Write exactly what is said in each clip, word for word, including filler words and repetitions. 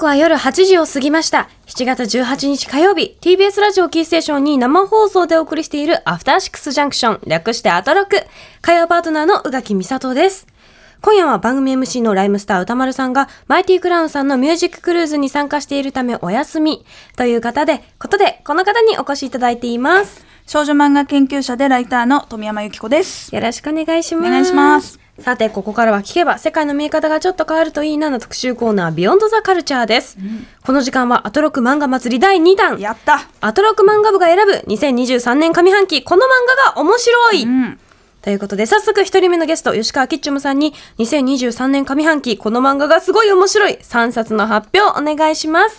刻は夜はちじを過ぎました。しちがつじゅうはちにち火曜日、 ティービーエス ラジオキーステーションに生放送でお送りしているアフターシックスジャンクション、略してアトロク。火曜パートナーの宇垣美里です。今夜は番組 エムシー のライムスター歌丸さんがマイティクラウンさんのミュージッククルーズに参加しているためお休みという方で、ことでこの方にお越しいただいています。 少女漫画研究者でライターの富山由紀子です。 よろしくお願いします。 お願いします。 さて、ここからは聞けば世界の見え方がちょっと変わるといいなの特集コーナー、ビヨンドザカルチャーです、うん、この時間はアトロク漫画祭りだいにだん、 やったアトロク漫画部が選ぶにせんにじゅうさんねん上半期この漫画が面白い、うん、ということで早速ひとりめのゲスト吉川キッチョムさんににせんにじゅうさんねん上半期この漫画がすごい面白いさんさつの発表お願いします。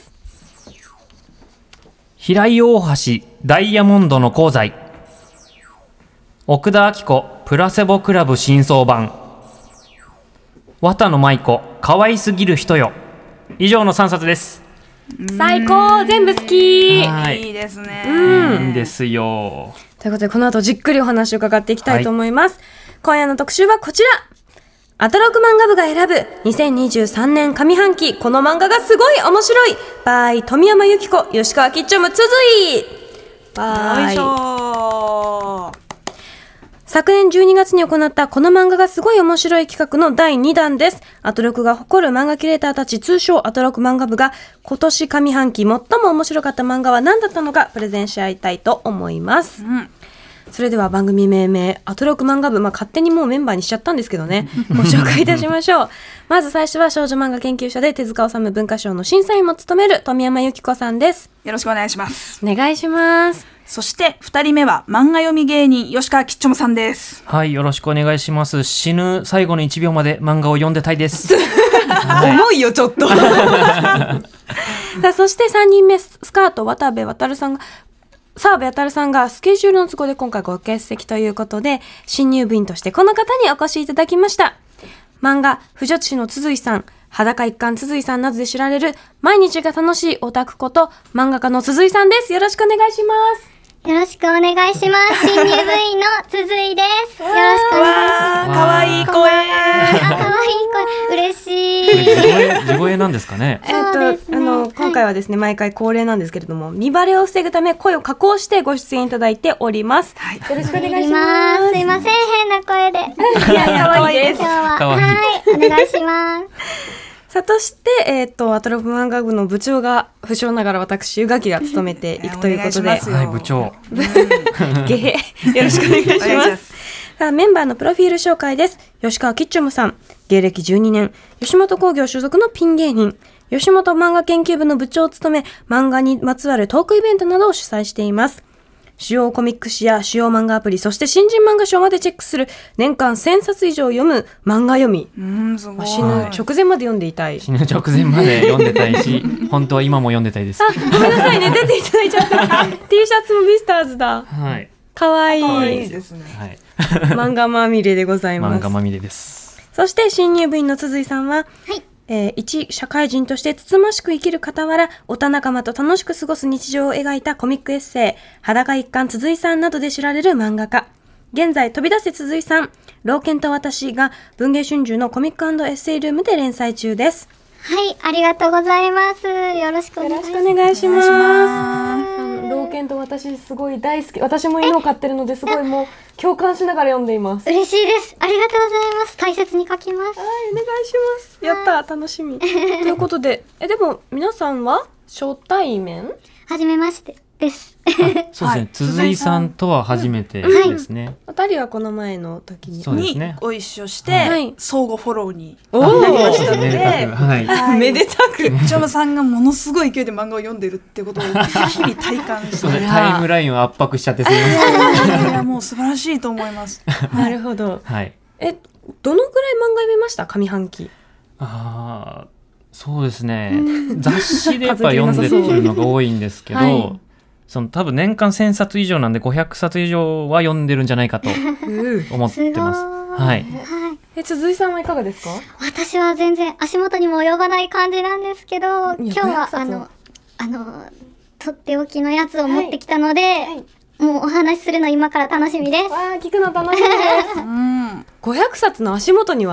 平井大橋ダイヤモンドの功罪、奥田亜希子プラセボクラブ新装版、綿野舞子可愛すぎる人よ、以上のさんさつです。 最高、全部好き。 はい、いいですね、 うん、 いいんですよ。 ということでこの後じっくりお話を伺っていきたいと思います、はい、今夜の特集はこちら、アトロク漫画部が選ぶにせんにじゅうさんねん上半期この漫画がすごい面白い by 富山由紀子吉川キッチョム続いよいしょ。 昨年じゅうにがつに行ったこの漫画がすごい面白い企画のだいにだんです。アトロクが誇る漫画キュレーターたち通称アトロク漫画部が今年上半期最も面白かった漫画は何だったのかプレゼンし合いたいと思います、うん、それでは番組命名アトロク漫画部、まあ、勝手にもうメンバーにしちゃったんですけどねご紹介いたしましょうまず最初は少女漫画研究者で手塚治虫文化賞の審査員も務める富山由紀子さんです。 よろしくお願いします。 お願いします。 そしてふたりめは漫画読み芸人吉川キッチョムさんです。 はい、よろしくお願いします。死ぬ最後のいちびょうまで漫画を読んでたいですはい、 重いよちょっとさあそしてさんにんめスカート渡部渉さんが澤部渉さんがスケジュールの都合で今回ご欠席ということで新入部員としてこの方にお越しいただきました。漫画腐女子の鈴井さん、裸一貫鈴井さんなどで知られる毎日が楽しいオタクこと漫画家の鈴井さんです。よろしくお願いします。 よろしくお願いします。新入部員の鈴井です。よろしくお願いします。 かわいい声。 あ、かわいい声。嬉しい。 地声、地声なんですかね。 えっと、ね、あの、はい、今回はですね、毎回恒例なんですけれども、見バレを防ぐため声を加工してご出演いただいております。はい、よろしくお願いします。 すいません、変な声で。 いやいや、可愛いです。 今日は、はい、お願いします。 さあ、そして、えっ、ー、と、アトロク漫画部の部長が不詳ながら私、宇垣が務めていくということで。 はい、部長。 ゲヘ。よろしくお願いします。さあ、メンバーのプロフィール紹介です。吉川キッチョムさん、芸歴じゅうにねん、吉本興業所属のピン芸人、吉本漫画研究部の部長を務め、漫画にまつわるトークイベントなどを主催しています。主要コミック誌や主要漫画アプリ、そして新人漫画賞までチェックする年間せんさつ以上読む漫画読み。 うーん、すごい。 死ぬ直前まで読んでいたい。 死ぬ直前まで読んでたいし、本当は今も読んでたいです。 あ、ごめんなさいね、出ていただいちゃった。T シャツもビスターズだ。 はい。 かわいい。 かわいいですね。 はい。 漫画まみれでございます。 漫画まみれです。 そして新入部員の鈴井さんは、 はい。 えー、一社会人としてつつましく生きる傍ら、オタ仲間と楽しく過ごす日常を描いたコミックエッセイ、裸一貫鈴井さんなどで知られる漫画家。現在、飛び出せ鈴井さん、老犬と私が文藝春秋のコミック&エッセイルームで連載中です。 はい、ありがとうございます。よろしくお願いします。 よろしくお願いします。あの老犬と私すごい大好き。私も犬を飼ってるのですごいもう共感しながら読んでいます。 嬉しいです。ありがとうございます。大切に書きます。 はい、お願いします。やった、楽しみ。ということで、えでも皆さんは初対面？ はじめましてです。 そうですね。鈴井さんとは初めてですね。 二人はこの前の時ににご一緒して、相互フォローになりましたので、 めでたく。 キッチョムさんがものすごい勢いで漫画を読んでるってことを日々体感して、 タイムラインを圧迫しちゃってすみません。いやもう素晴らしいと思います。 なるほど。 はい。 え、どのぐらい漫画読みました上半期？ ああ、そうですね。雑誌でやっぱ読んでるのが多いんですけど。はい、その多分年間せんさつ以上なんでごひゃくさつ以上は読んでるんじゃないかと思ってます。はい。 え、鈴井さんはいかがですか？ 私は全然足元にも及ばない感じなんですけど、今日はあのあのとっておきのやつを持ってきたので、はいはい、もうお話しするの今から楽しみです。 わあ、聞くの楽しみです。うん、ごひゃくさつの足元には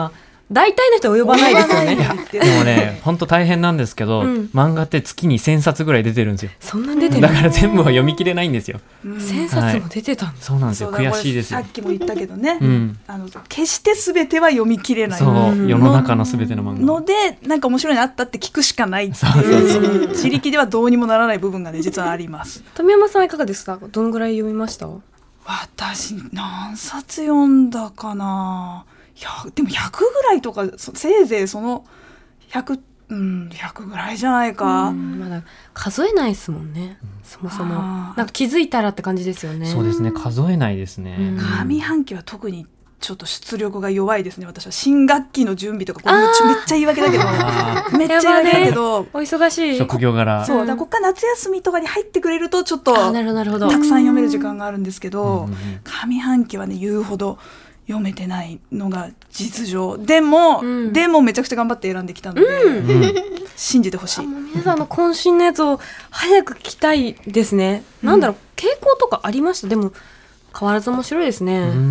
大体の人は及ばないですよね。 でもね本当大変なんですけど、うん、漫画って月にせんさつぐらい出てるんですよ。 そんなに出てる。 だから全部は読み切れないんですよ。 せんさつも出てたんです、 はい、そうなんですよ。悔しいですよ。 さっきも言ったけどね、 うん、 あの決して全ては読み切れない。 そう世の中の全ての漫画のでなんか面白いのあったって聞くしかないっていう、自力ではどうにもならない部分がね実はあります。 富山さんはいかがですか。どのぐらい読みました？ 私何冊読んだかな。いやでもひゃくぐらいとか、せいぜいそのひゃく、うん、ひゃくぐらいじゃないか。 うん、まだ数えないですもんね、うん、そもそもなんか気づいたらって感じですよね。 そうですね、数えないですね、うん、 上半期は特にちょっと出力が弱いですね。私は新学期の準備とかこれめっちゃ言い訳だけどめっちゃ言い訳だけど、 ね、お忙しい職業柄、 そうだからここから夏休みとかに入ってくれるとちょっとたくさん読める時間があるんですけど、うん、上半期はね言うほど読めてないのが実情でも、うん、でもめちゃくちゃ頑張って選んできたので、うん、信じてほしい。 皆さんの渾身のやつを早く聞きたいですね、うん、なんだろう傾向とかありました？でも変わらず面白いですね。 うん、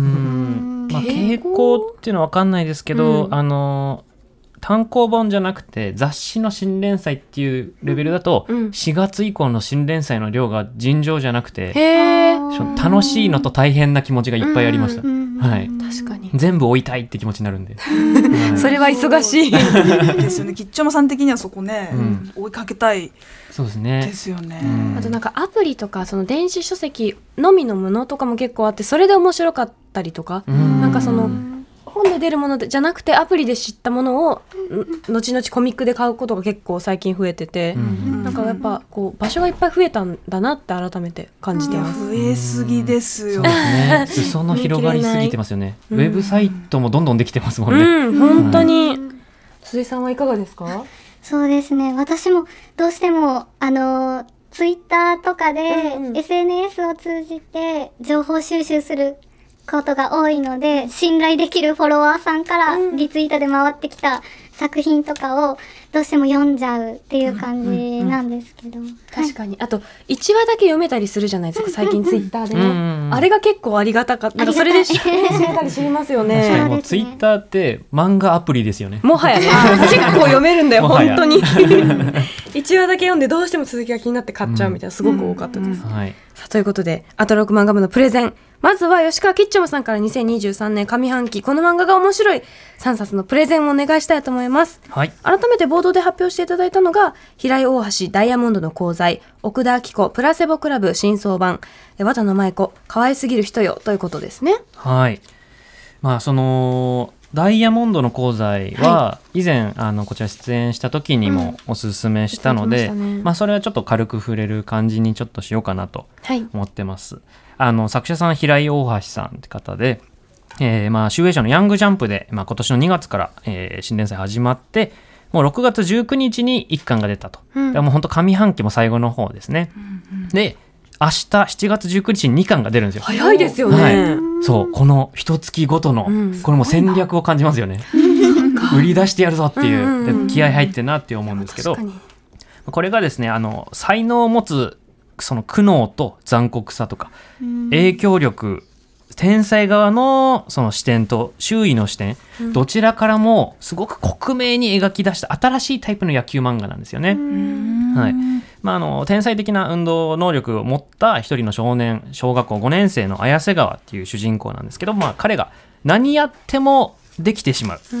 まあ、傾向っていうのは分かんないですけど、うん、あの単行本じゃなくて雑誌の新連載っていうレベルだと、うん、しがつ以降の新連載の量が尋常じゃなくて、 へ楽しいのと大変な気持ちがいっぱいありました、 うんはい、 確かに全部追いたいって気持ちになるんで、 はい、それは忙しいですよね。キッチョマさん的にはそこね、うん、追いかけたいそうですね。 ですよね、 うん、あとなんかアプリとかその電子書籍のみのものとかも結構あって、それで面白かったりとか、うん、なんかその本で出るものじゃなくてアプリで知ったものを後々コミックで買うことが結構最近増えてて、うん、なんかやっぱこう場所がいっぱい増えたんだなって改めて感じてます。 増えすぎですよ、 そうですね、裾野広がりすぎてますよね、うん、ウェブサイトもどんどんできてますもんね、 うん、本当に、うん、鈴井さんはいかがですか？ そうですね、私もどうしてもあのツイッターとかで、うんうん、エスエヌエス を通じて情報収集することが多いので、信頼できるフォロワーさんからリツイートで回ってきた作品とかをどうしても読んじゃうっていう感じなんですけど、うんうんうん、 確かに、あといちわだけ読めたりするじゃないですか、最近ツイッターでね、うんうんうん、あれが結構ありがたかった。なんかそれで知れたり知りますよね。 確かにもうツイッターって漫画アプリですよね、 もはやね結構読めるんだよ本当にいちわだけ読んでどうしても続きが気になって買っちゃうみたいな、すごく多かったです、 うんうん、はい、 さあということでアトロク漫画部のプレゼン、まずは吉川キッチョムさんからにせんにじゅうさんねん上半期この漫画が面白いさんさつのプレゼンをお願いしたいと思います、 はい、 改めてボードで発表していただいたのが平井大橋ダイヤモンドの功罪、奥田明子プラセボクラブ新装版、綿野舞子可愛すぎる人よということですね。 はい、まあそのダイヤモンドの功罪は以前、はい、あのこちら出演した時にもおすすめしたので、うんね、まあ、それはちょっと軽く触れる感じにちょっとしようかなと思ってます、はい、あの作者さん平井大橋さんって方で、えーまあ、集英社のヤングジャンプで、まあ、今年のにがつから、えー、新連載始まってもうろくがつじゅうくにちにいっかんが出たと、うん、でもう本当上半期も最後の方ですね、うんうん、で明日しちがつじゅうくにちににかんが出るんですよ。 早いですよね、 はい、そうこの一月ごとの、うん、これも戦略を感じますよね売り出してやるぞっていう、うんうんうん、気合入ってるなって思うんですけど、これがですねあの才能を持つその苦悩と残酷さとか、うん、影響力、天才側のその視点と周囲の視点、うん、どちらからもすごく克明に描き出した新しいタイプの野球漫画なんですよね。はい、まあ、あの天才的な運動能力を持った一人の少年、小学校ごねん生の綾瀬川っていう主人公なんですけど、まあ、彼が何やってもできてしまう、うん、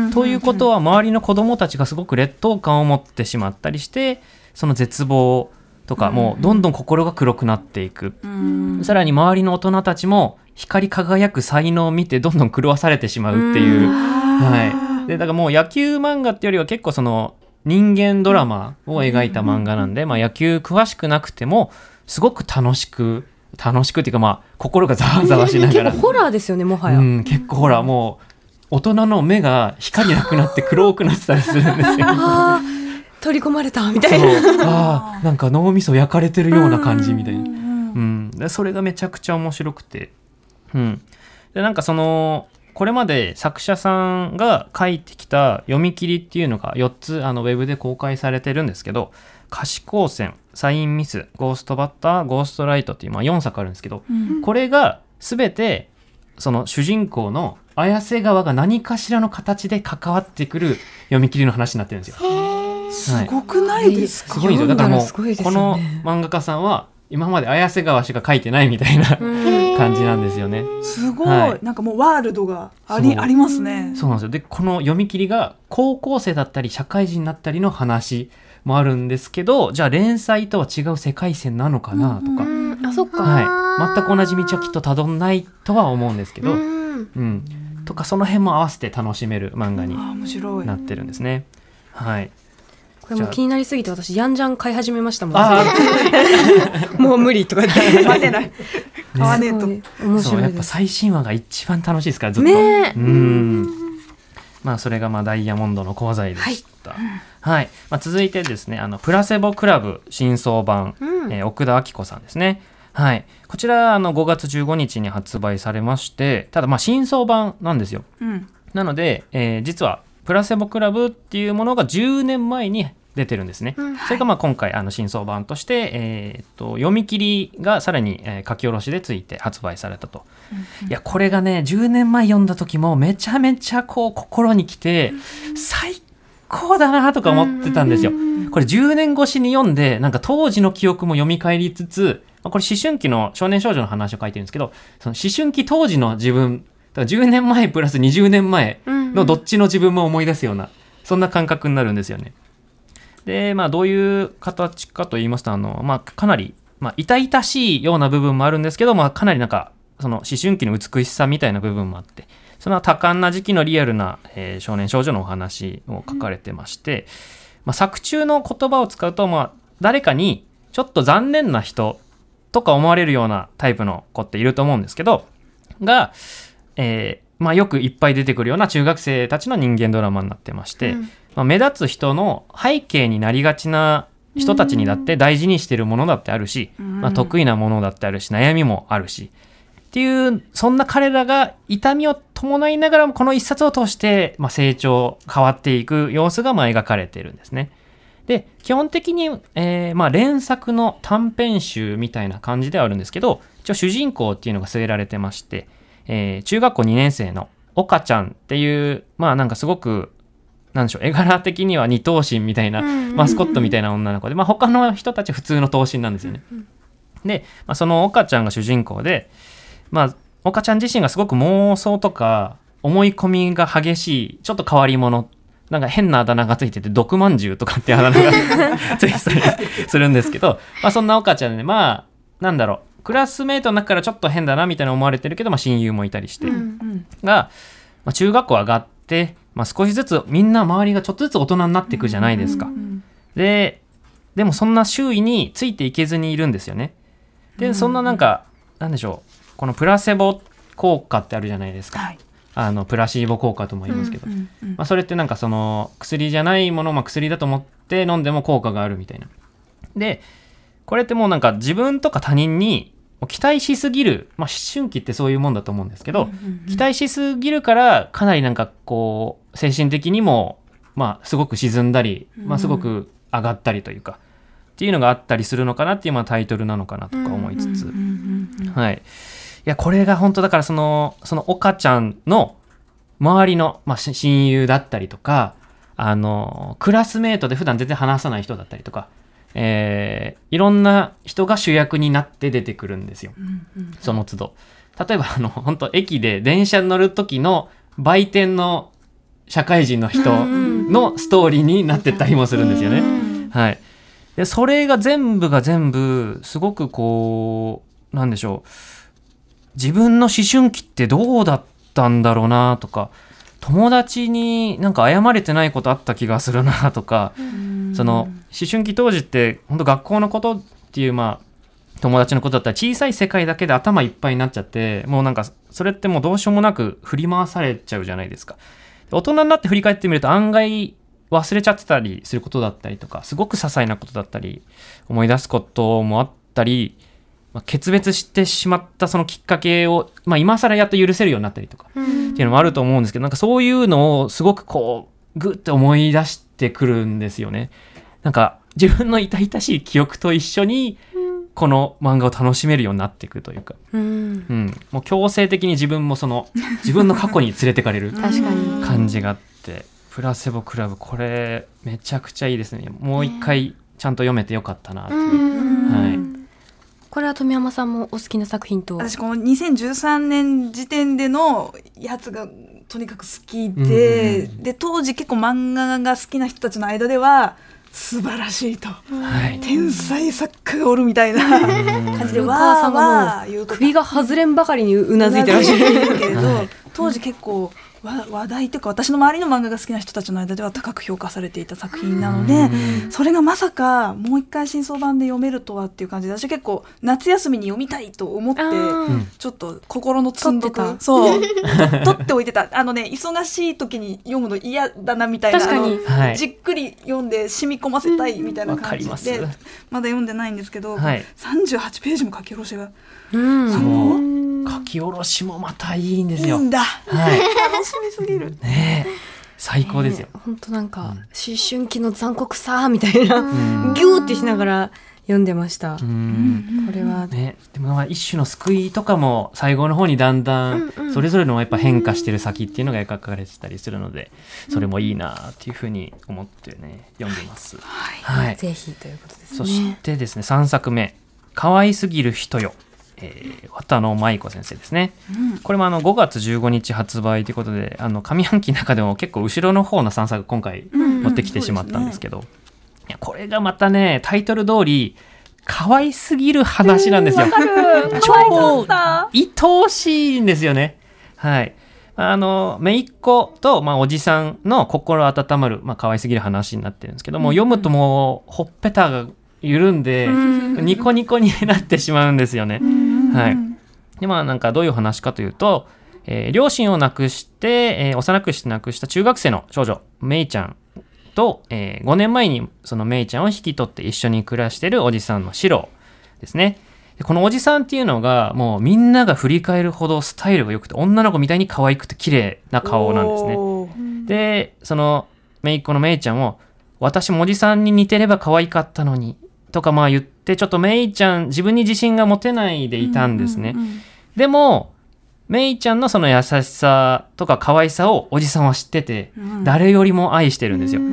ということは周りの子どもたちがすごく劣等感を持ってしまったりして、その絶望とかもうどんどん心が黒くなっていく、うん、さらに周りの大人たちも光り輝く才能を見てどんどん狂わされてしまうっていう、はい、でだからもう野球漫画っていうよりは結構その人間ドラマを描いた漫画なんで、まあ、野球詳しくなくてもすごく楽しく楽しくっていうか、まあ心がざわざわしながら結構ホラーですよね、もはや、 うん、結構ホラー、もう大人の目が光なくなって黒くなってたりするんですよ取り込まれたみたいな、 あ、なんか脳みそ焼かれてるような感じみたいな、うん、でそれがめちゃくちゃ面白くて、うん、でなんかそのこれまで作者さんが書いてきた読み切りっていうのがよっつあのウェブで公開されてるんですけど、可視光線、サインミス、ゴーストバッター、ゴーストライトっていう、まあ、よんさくあるんですけど、うん、これが全てその主人公の綾瀬川が何かしらの形で関わってくる読み切りの話になってるんですよ。 すごくないですか？ すごいんですよ。だからもう、 すごいですよね、 この漫画家さんは今まで綾瀬川しか書いてないみたいな感じなんですよね。 すごい、 はい、 なんかもうワールドがあり、ありますね。 そうなんですよ。でこの読み切りが高校生だったり社会人になったりの話もあるんですけど、じゃあ連載とは違う世界線なのかなとか、 うんうん、あそっか、 はい、全く同じ道はきっとたどんないとは思うんですけど、うん、うん、とかその辺も合わせて楽しめる漫画になってるんですね。はい、 これも気になりすぎて私ヤンジャン買い始めましたもん。あもう無理とかって待てない買わねえと、ね、面白いです。 そうやっぱ最新話が一番楽しいですからずっと、 ね、 うん、まあそれがまあダイヤモンドの功罪でした。はい、はい、まあ、続いてですね、あのプラセボクラブ新装版、うん、えー、奥田明子さんですね。はい、こちらあのごがつじゅうごにちに発売されまして、ただまあ新装版なんですよ。うん、なので、えー、実はプラセボクラブっていうものがじゅうねんまえに出てるんですね。うん、それがまあ今回あの新装版として、えー、っと読み切りがさらに、えー、書き下ろしでついて発売されたと。うん、いやこれがねじゅうねんまえ読んだ時もめちゃめちゃこう心にきて、うん、最高だなとか思ってたんですよ。これじゅうねん越しに読んでなんか当時の記憶も読み返りつつ、これ思春期の少年少女の話を書いてるんですけど、その思春期当時の自分だからじゅうねんまえプラスにじゅうねんまえのどっちの自分も思い出すようなそんな感覚になるんですよね。でまあどういう形かと言いますと、あの、まあ、かなり、まあ、痛々しいような部分もあるんですけど、まあ、かなりなんかその思春期の美しさみたいな部分もあって、その多感な時期のリアルな、えー、少年少女のお話を書かれてまして、まあ、作中の言葉を使うと、まあ、誰かにちょっと残念な人とか思われるようなタイプの子っていると思うんですけどが、えーまあ、よくいっぱい出てくるような中学生たちの人間ドラマになってまして、うん、まあ、目立つ人の背景になりがちな人たちにだって大事にしてるものだってあるし、まあ、得意なものだってあるし悩みもあるしっていう、そんな彼らが痛みを伴いながらもこの一冊を通して、まあ、成長変わっていく様子がまあ描かれているんですね。で基本的に、えーまあ、連作の短編集みたいな感じではあるんですけど、一応主人公っていうのが据えられてまして、えー、中学校にねん生の岡ちゃんっていうまあなんかすごくなんでしょう、絵柄的には二頭身みたいな、マスコットみたいな女の子で、まあ、他の人たちは普通の頭身なんですよね。で、まあ、その岡ちゃんが主人公で、まあ、岡ちゃん自身がすごく妄想とか思い込みが激しいちょっと変わり者、なんか変なあだ名がついてて毒まんじゅうとかってあだ名がついてたりするんですけど、まあ、そんな岡ちゃんで、ね、まあなんだろう、クラスメートの中からちょっと変だなみたいな思われてるけど、まあ、親友もいたりして、うんうん、が、まあ、中学校上がってまあ、少しずつみんな周りがちょっとずつ大人になっていくじゃないですか。で、でもそんな周囲についていけずにいるんですよね。で、そんななんかなんでしょう、このプラセボ効果ってあるじゃないですか。はい、あのプラシーボ効果とも言いますけど、うんうんうん、まあ、それってなんかその薬じゃないものをまあ薬だと思って飲んでも効果があるみたいな。で、これってもうなんか自分とか他人に期待しすぎる、まあ、思春期ってそういうもんだと思うんですけど、うんうんうん、期待しすぎるからかなりなんかこう精神的にもまあすごく沈んだり、まあ、すごく上がったりというか、うん、っていうのがあったりするのかなっていうまあタイトルなのかなとか思いつつ、はい、いやこれが本当だからそのその岡ちゃんの周りの、まあ、親友だったりとか、あのクラスメートで普段全然話さない人だったりとか、えー、いろんな人が主役になって出てくるんですよ、うんうん、その都度。例えばあの本当駅で電車に乗る時の売店の社会人の人のストーリーになってったりもするんですよね、はい、でそれが全部が全部すごくこうなんでしょう、自分の思春期ってどうだったんだろうなとか、友達になんか謝れてないことあった気がするなとか、その思春期当時って本当学校のことっていうまあ友達のことだったら小さい世界だけで頭いっぱいになっちゃって、もうなんかそれってもうどうしようもなく振り回されちゃうじゃないですか。大人になって振り返ってみると案外忘れちゃってたりすることだったりとか、すごく些細なことだったり思い出すこともあったり、まあ、決別してしまったそのきっかけを、まあ、今更やっと許せるようになったりとかっていうのもあると思うんですけど、なんかそういうのをすごくこうグッて思い出してくるんですよね。なんか自分の痛々しい記憶と一緒にこの漫画を楽しめるようになっていくというか、 うんうん、もう強制的に自分もその自分の過去に連れてかれる確かに感じがあってプラセボクラブこれめちゃくちゃいいですね。もう一回ちゃんと読めてよかったなっていう、はい、 これは富山さんもお好きな作品と。 私このにせんじゅうさんねん時点でのやつがとにかく好きで、うん、で当時結構漫画が好きな人たちの間では素晴らしいと、はい、天才作家がおるみたいな感じでわーわー言うと首が外れんばかりにうなずいてらっしゃるけれど、はい、当時結構話題というか私の周りの漫画が好きな人たちの間では高く評価されていた作品なので、それがまさかもう一回新装版で読めるとはっていう感じで、私結構夏休みに読みたいと思ってちょっと心の積んどくそう取っておいてた。あのね忙しい時に読むの嫌だなみたいな、 確かに、 はい、じっくり読んで染み込ませたいみたいな感じで、うん、まだ読んでないんですけど、はい、さんじゅうはちページも書き下ろしが、 うん、 そう書き下ろしもまたいいんですよ。 いいんだ、 はい、 楽しみすぎるねえ最高ですよ。 本当、えー、なんか、うん、思春期の残酷さみたいな、うん、ギューってしながら読んでました。うん、これは、ね、 でも一種の救いとかも最後の方にだんだんそれぞれのやっぱ変化してる先っていうのが描かれてたりするので、それもいいなっていうふうに思ってね読んでます、 はいはい、ぜひということですね。 そしてですねさんさくめ可愛すぎる人よ、えー、綿野舞子先生ですね、うん、これもあのごがつじゅうごにち発売ということで、あの上半期の中でも結構後ろの方のさんさく今回持ってきてしまったんですけど、うんうんね、いやこれがまたねタイトル通り可愛すぎる話なんですよ。超愛おしいんですよね。はい、あの姪っ子と、まあ、おじさんの心温まる、まあ、可愛すぎる話になってるんですけども、うん、読むともうほっぺたが緩んで、うん、ニコニコになってしまうんですよね、うん、はい。でまあなんかどういう話かというと、えー、両親を亡くして、えー、幼くして亡くした中学生の少女メイちゃんと、えー、ごねんまえにそのメイちゃんを引き取って一緒に暮らしているおじさんのシロですね。でこのおじさんっていうのがもうみんなが振り返るほどスタイルが良くて女の子みたいに可愛くて綺麗な顔なんですね。でその姪っ子のメイちゃんを私もおじさんに似てれば可愛かったのにとかまあ言ってちょっとメイちゃん自分に自信が持てないでいたんですね、うんうんうん、でもメイちゃんのその優しさとか可愛さをおじさんは知ってて、うん、誰よりも愛してるんですよ、うんうん、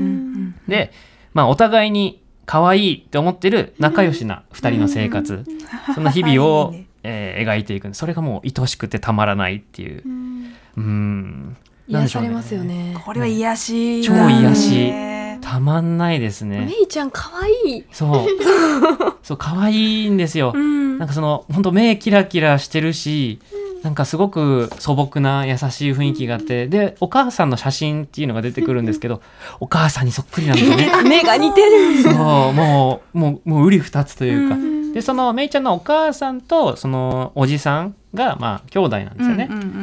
で、まあ、お互いに可愛いって思ってる仲良しなふたりの生活、うん、その日々を、いいねえー、描いていく。それがもう愛しくてたまらないっていう、うん、うーん癒されますよね。 これは癒し超癒したまんないですね。 メイちゃん可愛い。 そうそう可愛いんですよ、うん、なんかその本当目キラキラしてるし、なんかすごく素朴な優しい雰囲気があって、でお母さんの写真っていうのが出てくるんですけど、お母さんにそっくりなんですよね。 目が似てる。 そうもうもうもう瓜二つというか、うん、でそのメイちゃんのお母さんとそのおじさんがまあ兄弟なんですよね、うんうんうんうん、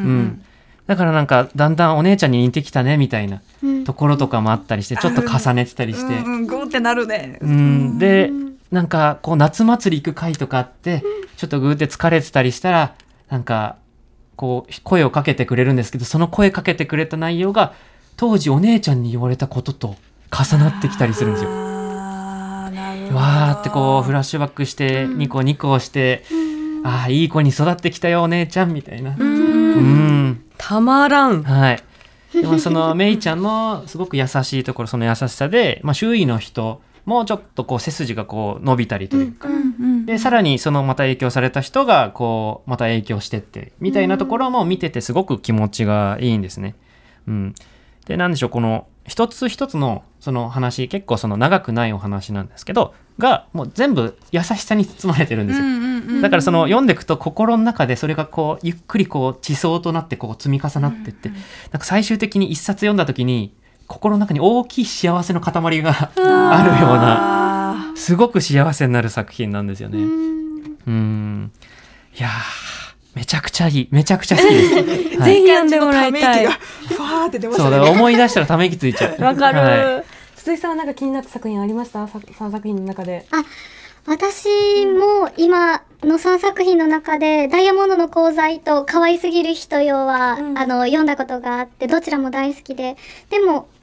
だからなんかだんだんお姉ちゃんに似てきたねみたいなところとかもあったりして、ちょっと重ねてたりして、 うんうん、グーってなるね、 うん、でなんかこう夏祭り行く会とかあってちょっとグーって疲れてたりしたらなんかこう声をかけてくれるんですけど、その声かけてくれた内容が当時お姉ちゃんに言われたことと重なってきたりするんですよ。わーってこうフラッシュバックしてニコニコして、うん、ああいい子に育ってきたよお姉ちゃんみたいな、うんうんたまらん。 はい。でもそのメイちゃんのすごく優しいところ、その優しさで、まあ、周囲の人もうちょっとこう背筋がこう伸びたりというか、うんうんうん、でさらにそのまた影響された人がこうまた影響してってみたいなところも見ててすごく気持ちがいいんですね、うん、でなんでしょう、この一つ一つのその話結構その長くないお話なんですけどがもう全部優しさに包まれてるんですよ、うんうんうん、だからその読んでいくと心の中でそれがこうゆっくりこう地層となってこう積み重なってって、うんうん、なんか最終的に一冊読んだ時に心の中に大きい幸せの塊があるようなすごく幸せになる作品なんですよね。うーんうーんいやめちゃくちゃいい、めちゃくちゃ好きです、はい、ぜひ読んでもらいたい。 ファーって出ましたね。 そうだから思い出したらため息ついちゃう。 わかる、はい、鈴木さんはなんか気になった作品ありました？さんさく品の中で。 あ、私も今のさんさく品の中でダイヤモンドの功罪と可愛すぎる人よは、うん、あの読んだことがあってどちらも大好きで、でも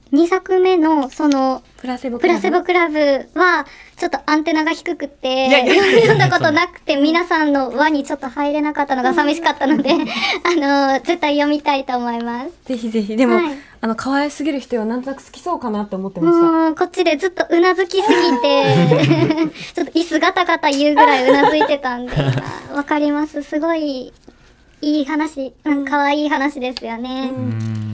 にさくめのそのプラセボプラセボクラブはちょっとアンテナが低くていやいや読んだことなくて皆さんの輪にちょっと入れなかったのが寂しかったのであの絶対読みたいと思います。 ぜひぜひ。でも、 はい、 あの可愛すぎる人はなんとなく好きそうかなって思ってました。 もうこっちでずっとうなずきすぎてちょっと椅子ガタガタ言うぐらいうなずいてたんでわかります。すごいいい話、なんか可愛い話ですよね。 うん、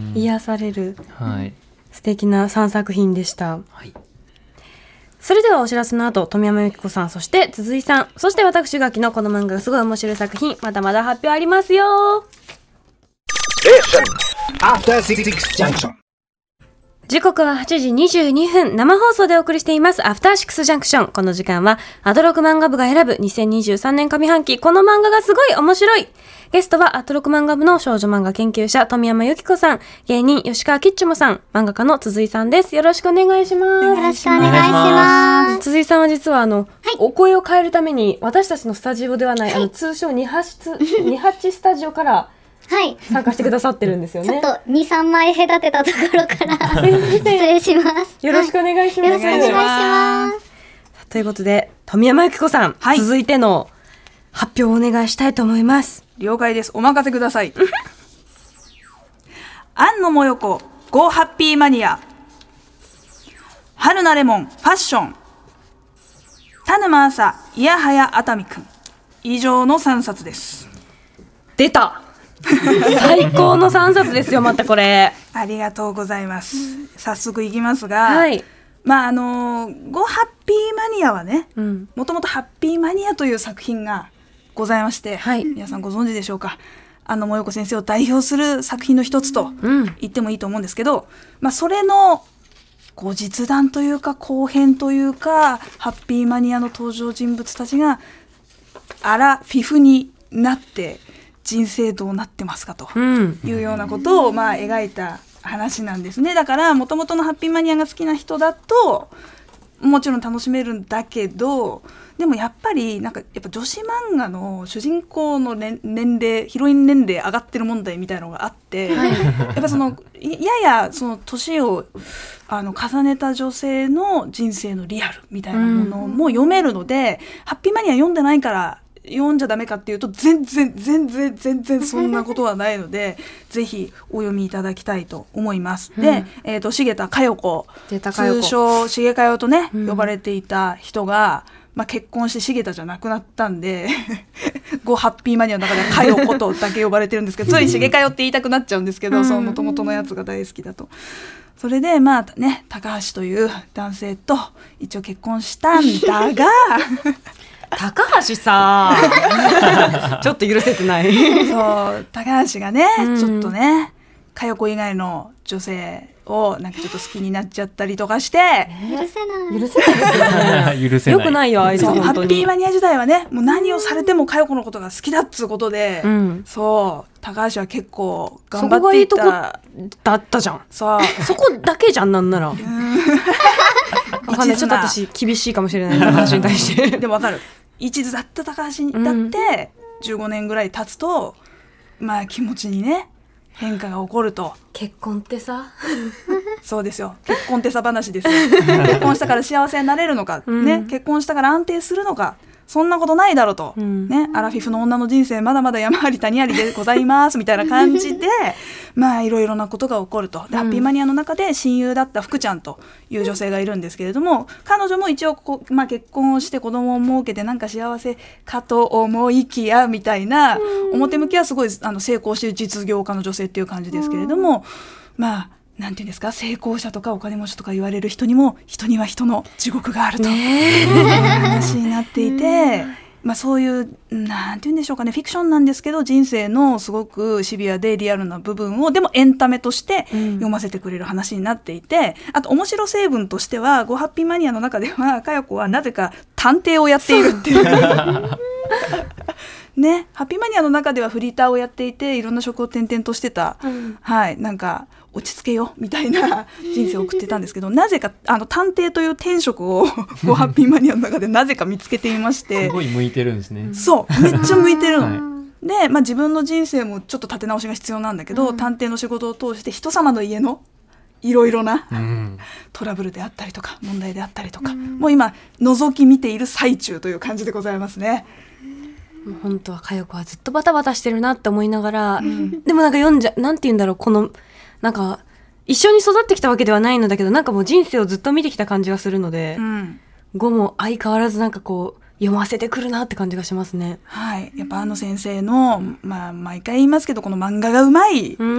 癒される、 はい、 素敵なさんさく品でした。 はい、 それではお知らせの後、富山由紀子さん、そして鈴井さん、そして私がきのこの漫画がすごい面白い作品、まだまだ発表ありますよ。時刻ははちじにじゅうにふん、生放送でお送りしていますアフターシックスジャンクション。この時間はアトロク漫画部が選ぶにせんにじゅうさんねん上半期この漫画がすごい面白い。ゲストはアトロク漫画部の少女漫画研究者富山由紀子さん、芸人吉川きっちもさん、漫画家の鈴井さんです。よろしくお願いします。 よろしくお願いします。 鈴井さんは実はあの、はい、お声を変えるために私たちのスタジオではない、はい、あの通称にはちスタジオから参加してくださってるんですよね。 ちょっとにさんまい隔てたところから失礼します。 よろしくお願いします。 よろしくお願いします。 ということで富山由紀子さん、はい、続いての発表をお願いしたいと思います。 了解です。お任せください。庵野もよこ Go ハッピーマニア、春菜レモンファッション、田沼朝いやはや熱海くん、以上のさんさつです。 出た最高のさんさつですよ。またこれありがとうございます。早速いきますが、 はい、まああのー、Go ハッピーマニアはね、もともとハッピーマニアという作品がございまして、はい、皆さんご存知でしょうか。庵野もよこ先生を代表する作品の一つと言ってもいいと思うんですけど、うん、まあ、それの後日談というか後編というか、ハッピーマニアの登場人物たちがアラフィフになって人生どうなってますかというようなことをまあ描いた話なんですね。だからもともとのハッピーマニアが好きな人だともちろん楽しめるんだけど、でもやっぱりなんかやっぱ女子漫画の主人公の年齢、ヒロイン年齢上がってる問題みたいなのがあって、はい、やっぱそのややその年をあの重ねた女性の人生のリアルみたいなものも読めるので、ハッピーマニア読んでないから読んじゃダメかっていうと全然全然全然そんなことはないのでぜひお読みいただきたいと思います。うん、で、えーと、重田佳代子、通称重佳代とね、うん、呼ばれていた人が、まあ、結婚して重田じゃなくなったんでごハッピーマニアの中では佳代子とだけ呼ばれてるんですけどつい重佳代って言いたくなっちゃうんですけど、うん、その元々のやつが大好きだと。それでまあね、高橋という男性と一応結婚したんだが高橋さちょっと許せてないそう高橋がね、うん、ちょっとね佳代子以外の女性をなんかちょっと好きになっちゃったりとかして許せない許せないですよね許せないよくないよあいつ。 ハッピーマニア時代はね、もう何をされても佳代子のことが好きだっつうことで、うん、そう高橋は結構頑張っていた。 そこがいいとこだったじゃん。 そうそこだけじゃん、なんならわかんない、ちょっと私厳しいかもしれない高橋に対してでもわかる、一途だった高橋だってじゅうごねんぐらい経つと、まあ気持ちにね変化が起こると。 結婚ってさそうですよ、結婚ってさ話ですよ結婚したから幸せになれるのか、うん、ね、結婚したから安定するのか、そんなことないだろうと、うん、ね、アラフィフの女の人生まだまだ山あり谷ありでございますみたいな感じでまあいろいろなことが起こると。で、うん、ハッピーマニアの中で親友だった福ちゃんという女性がいるんですけれども、彼女も一応こう、まあ、結婚をして子供を設けてなんか幸せかと思いきやみたいな、表向きはすごいあの成功している実業家の女性っていう感じですけれども、まあなんていうんですか、成功者とかお金持ちとか言われる人にも人には人の地獄があるという話になっていて、まあ、そういうなんていうんでしょうかね、フィクションなんですけど人生のすごくシビアでリアルな部分をでもエンタメとして読ませてくれる話になっていて、あと面白成分としてはごハッピーマニアの中では佳代子はなぜか探偵をやっているっていうね、ハッピーマニアの中ではフリーターをやっていていろんな職を転々としてた、うん、はい、なんか落ち着けよみたいな人生を送ってたんですけどなぜかあの探偵という転職をごハッピーマニアの中でなぜか見つけていましてすごい向いてるんですね。 そうめっちゃ向いてるの、はい、で、まあ、自分の人生もちょっと立て直しが必要なんだけど、うん、探偵の仕事を通して人様の家のいろいろな、うん、トラブルであったりとか問題であったりとか、うん、もう今覗き見ている最中という感じでございますね。 もう本当は佳代子はずっとバタバタしてるなって思いながら、うん、でもなんか読んじゃなんて言うんだろう、このなんか一緒に育ってきたわけではないのだけど、なんかもう人生をずっと見てきた感じがするので、うん、語も相変わらずなんかこう読ませてくるなって感じがしますね。 はい、やっぱ安野先生の、まあ、毎回言いますけどこの漫画がうまい、うん、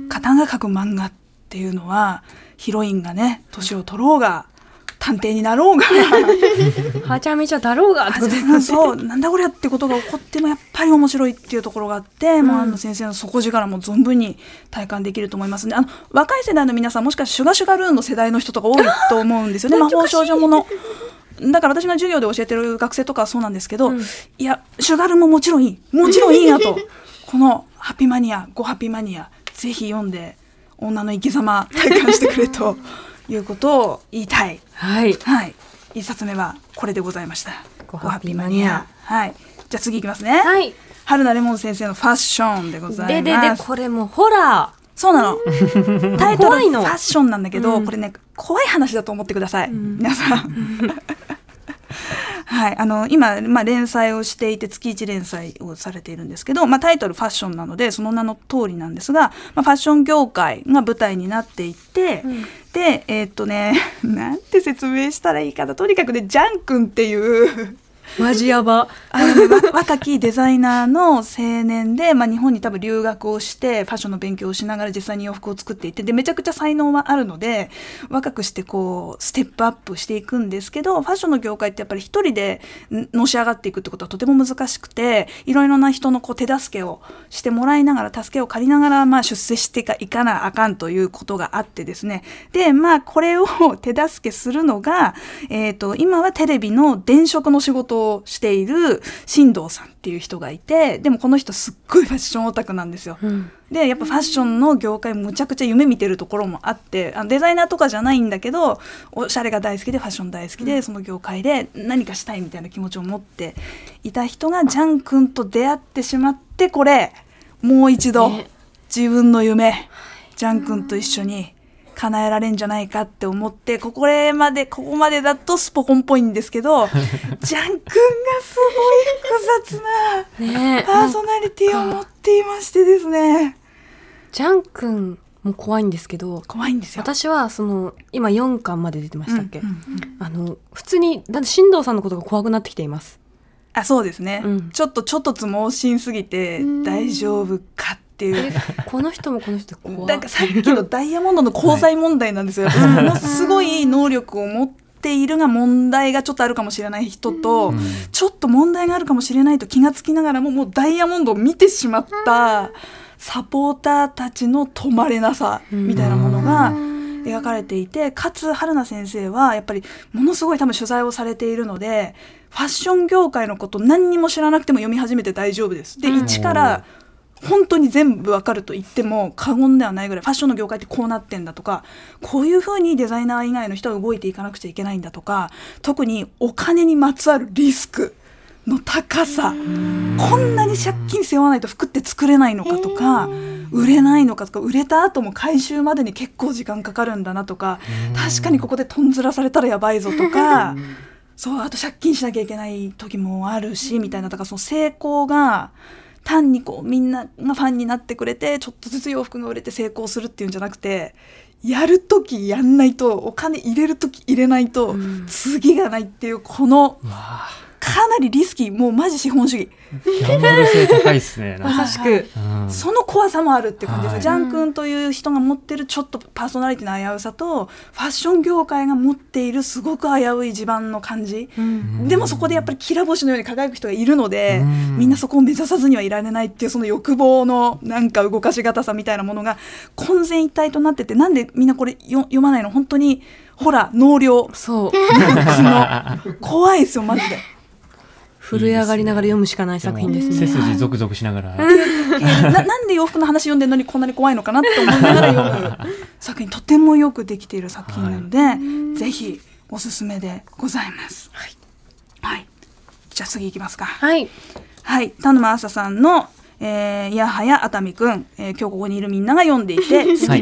方が描く漫画っていうのはヒロインがね年を取ろうが探偵になろうがはちゃめちゃだろうがそうなんだこりゃってことが起こってもやっぱり面白いっていうところがあって、うん、もう安野先生の底力も存分に体感できると思いますね。あの若い世代の皆さんもしかしてシュガシュガルーンの世代の人とか多いと思うんですよね魔法少女ものだから私が授業で教えてる学生とかはそうなんですけど、うん、いやシュガルももちろんいいもちろんいいなとこのハピマニアごハピマニアぜひ読んで女の生き様体感してくれということを言いたい。 はい、 はい、一冊目はこれでございました。ごハピマニア。はい、じゃあ次いきますね。 はい、 春菜レモン先生のファッションでございます。 でででこれもホラー。 そうなのタイトルファッションなんだけど、うん、これね怖い話だと思ってください、うん、皆さんはい、あの今、まあ、連載をしていて月いち連載をされているんですけど、まあ、タイトルファッションなのでその名の通りなんですが、まあ、ファッション業界が舞台になっていて、うん、でえー、っとねなんて説明したらいいかな、とにかくねジャン君っていうマジヤバあの、ね、若きデザイナーの青年で、まあ、日本に多分留学をしてファッションの勉強をしながら実際に洋服を作っていて、でめちゃくちゃ才能はあるので若くしてこうステップアップしていくんですけど、ファッションの業界ってやっぱり一人でのし上がっていくってことはとても難しくて、いろいろな人のこう手助けをしてもらいながら助けを借りながら、まあ、出世していかなあかんということがあってですね、でまあこれを手助けするのが、えーと、今はテレビの電飾の仕事をしている新藤さんっていう人がいて、でもこの人すっごいファッションオタクなんですよ、うん、でやっぱファッションの業界むちゃくちゃ夢見てるところもあって、あのデザイナーとかじゃないんだけどおしゃれが大好きでファッション大好きで、うん、その業界で何かしたいみたいな気持ちを持っていた人がジャン君と出会ってしまって、これもう一度自分の夢ジャン君と一緒に叶えられんじゃないかって思って、ここまでここまでだとスポコンっぽいんですけどジャン君がすごい複雑なパーソナリティを持っていましてですね、 ジャン君も怖いんですけど、 怖いんですよ。 私はその今よんかんまで出てましたっけ、うんうんうん、あの普通にだって新藤さんのことが怖くなってきています。 あ、そうですね、うん、ちょっとちょっとつ盲信すぎて大丈夫かっていうこの人もこの人怖いなんかさっきのダイヤモンドの交際問題なんですよ、はい、ものすごい能力を持っているが問題がちょっとあるかもしれない人と、うん、ちょっと問題があるかもしれないと気がつきながらももうダイヤモンドを見てしまったサポーターたちの止まれなさみたいなものが描かれていて、かつ春菜先生はやっぱりものすごい多分取材をされているので、ファッション業界のこと何にも知らなくても読み始めて大丈夫です。で、一から本当に全部わかると言っても過言ではないぐらい、ファッションの業界ってこうなってんだとか、こういう風にデザイナー以外の人は動いていかなくちゃいけないんだとか、特にお金にまつわるリスクの高さ、こんなに借金背負わないと服って作れないのかとか、売れないのかとか、売れた後も回収までに結構時間かかるんだなとか、確かにここでとんずらされたらやばいぞとかそう、あと借金しなきゃいけない時もあるしみたいな、だからその成功が単にこうみんながファンになってくれてちょっとずつ洋服が売れて成功するっていうんじゃなくて、やるときやんないと、お金入れるとき入れないと次がないっていう、このかなりリスキー、もうマジ資本主義、 ギャンブル性高いですねまさしく、 うん、その怖さもあるって感じです、はい、ジャン君という人が持ってるちょっとパーソナリティの危うさと、ファッション業界が持っているすごく危うい地盤の感じ、うん、でもそこでやっぱりきら星のように輝く人がいるので、うん、みんなそこを目指さずにはいられないっていう、その欲望のなんか動かしがたさみたいなものが混然一体となってて、なんでみんなこれよ読まないの、本当にほら納涼、 そう怖いですよマジで。 震え上がりながら読むしかない作品ですね。 背筋ゾクゾクしながらな, なんで洋服の話読んでるのにこんなに怖いのかなって思いながら読む作品、とてもよくできている作品なので、はい、ぜひおすすめでございます、はいはい、じゃあ次いきますか。 はい、 はい、田沼麻さんの、えー、いやはや熱海くん、えー、今日ここにいるみんなが読んでいて好きと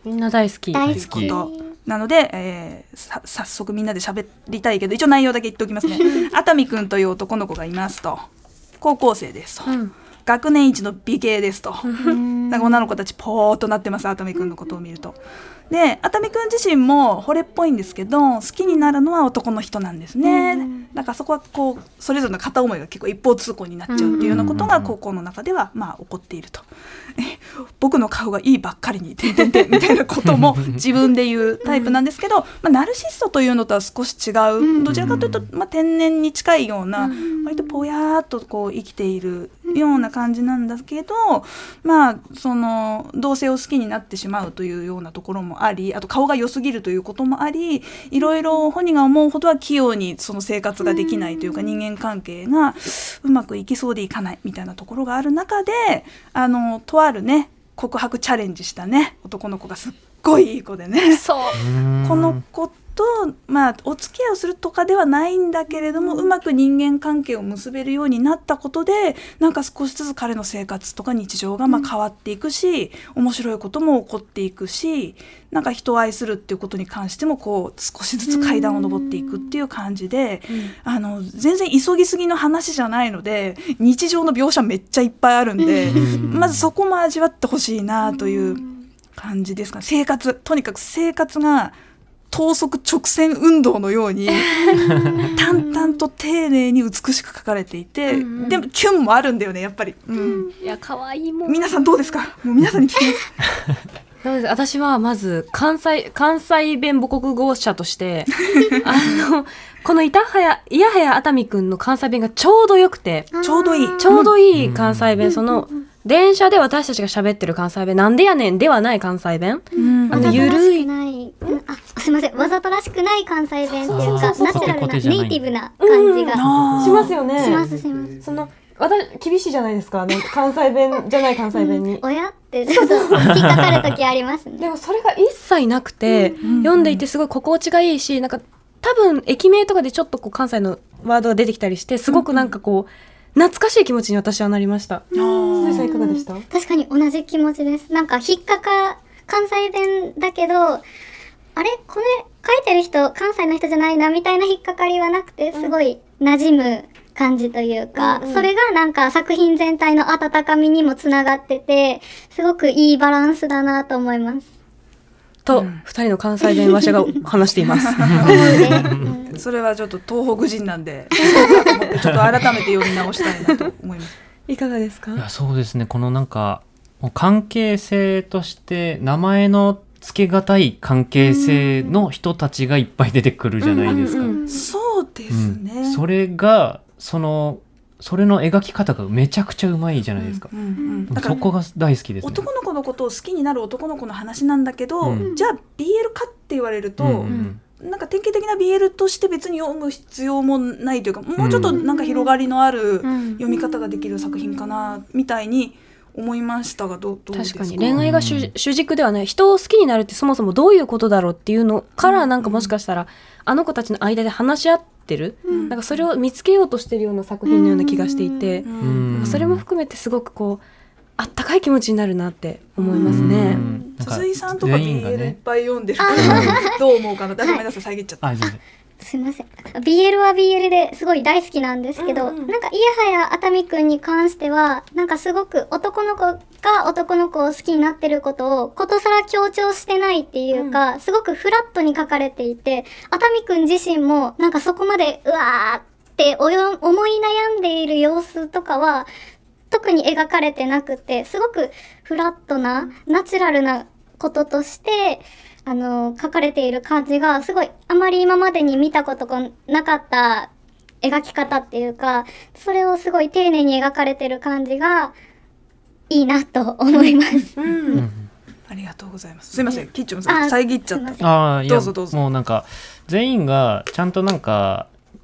みんな大好き大好きなので、えー、さ早速みんなで喋りたいけど一応内容だけ言っておきますね。熱海くんという男の子がいますと、高校生ですと、うん、学年一の美形ですと、なんか女の子たちポーっとなってます、熱海くんのことを見ると。で熱海くん自身も惚れっぽいんですけど好きになるのは男の人なんですね。だからそこはこうそれぞれの片思いが結構一方通行になっちゃうっていうようなことが高校の中ではまあ起こっていると。僕の顔がいいばっかりにてんてんてんみたいなことも自分で言うタイプなんですけど、まあ、ナルシストというのとは少し違う、どちらかというと、まあ、天然に近いような割とぽやーっとこう生きているような感じなんだけど、まあその同性を好きになってしまうというようなところもあり、あと顔が良すぎるということもあり、いろいろ本人が思うほどは器用にその生活ができないというか、人間関係がうまくいきそうでいかないみたいなところがある中で、あのとあるね告白チャレンジしたね男の子がすっごいいい子でね、そうこの子と、まあ、お付き合いをするとかではないんだけれども、うまく人間関係を結べるようになったことでなんか少しずつ彼の生活とか日常がまあ変わっていくし、面白いことも起こっていくし、なんか人を愛するっていうことに関してもこう少しずつ階段を上っていくっていう感じで、うん、あの全然急ぎすぎの話じゃないので日常の描写めっちゃいっぱいあるんで、まずそこも味わってほしいなという感じですかね。生活とにかく生活が等速直線運動のように淡々と丁寧に美しく描かれていて、うん、でもキュンもあるんだよねやっぱり、うん、 いや可愛いもん。 皆さんどうですか？もう皆さんに聞きます私はまず関西関西弁母国語者としてあのこのいたはやいやはや熱海くんの関西弁がちょうどよくて、 ちょうどいいちょうどいい関西弁、うん、その電車で私たちが喋ってる関西弁なんでやねんではない関西弁、うん、 あのゆるい、うん、あすいませんわざとらしくない関西弁っていうかナチュラルなネイティブな感じが、 うん、しますよね。 しますします。 その私厳しいじゃないですか、ね、関西弁じゃない関西弁に、うん、 親ってちょっと引っかかる時ありますね。 でもそれが一切なくて、うん、読んでいてすごい心地がいいし、なんか多分駅名とかでちょっとこう関西のワードが出てきたりしてすごくなんかこう懐かしい気持ちに私はなりました。それさんいかがでした？ 確かに同じ気持ちです。なんか引っかか関西弁だけどあれこれ書いてる人関西の人じゃないなみたいな引っかかりはなくてすごい馴染む感じというか、うんうん、それがなんか作品全体の温かみにもつながっててすごくいいバランスだなと思いますと、うん、ふたりの関西弁話者が話していますそれはちょっと東北人なんでちょっと改めて読み直したいなと思いますいかがですか？ いやそうですね、このなんか関係性として名前の付けがたい関係性の人たちがいっぱい出てくるじゃないですか、うんうんうん、 そうですね、 うん、それがそのそれの描き方がめちゃくちゃうまいじゃないですか、うんうんうん、だからそこが大好きですね。 男の子のことを好きになる男の子の話なんだけど、うん、じゃあ ビーエル かって言われると、うんうん、なんか典型的な ビーエル として別に読む必要もないというか、もうちょっとなんか広がりのある読み方ができる作品かなみたいに思いましたが、どう、どうですか？ 確かに恋愛が 主,、うん、主軸ではない。人を好きになるってそもそもどういうことだろうっていうのからなんかもしかしたら、うん、あの子たちの間で話し合ってる、うん、なんかそれを見つけようとしてるような作品のような気がしていて、うん、それも含めてすごくこうあったかい気持ちになるなって思いますね。 鈴井さんとか ビーエル いっぱい読んでるからどう思うかな。ごめんなさい遮っちゃった。 すいません ビーエル は ビーエル ですごい大好きなんですけど、うんうん、なんかいやはや熱海くんに関してはなんかすごく男の子が男の子を好きになってることをことさら強調してないっていうか、うん、すごくフラットに書かれていて、熱海くん自身もなんかそこまでうわーっておよ思い悩んでいる様子とかは特に描かれてなくて、すごくフラットなナチュラルなこととしてあの書かれている感じがすごいあまり今までに見たことがなかった描き方っていうか、それをすごい丁寧に描かれてる感じがいいなと思います、うんうん、 ありがとうございます。すいませんキッチンも遮っちゃった。 あいやどうぞどうぞ。もうなんか全員がちゃんとなんか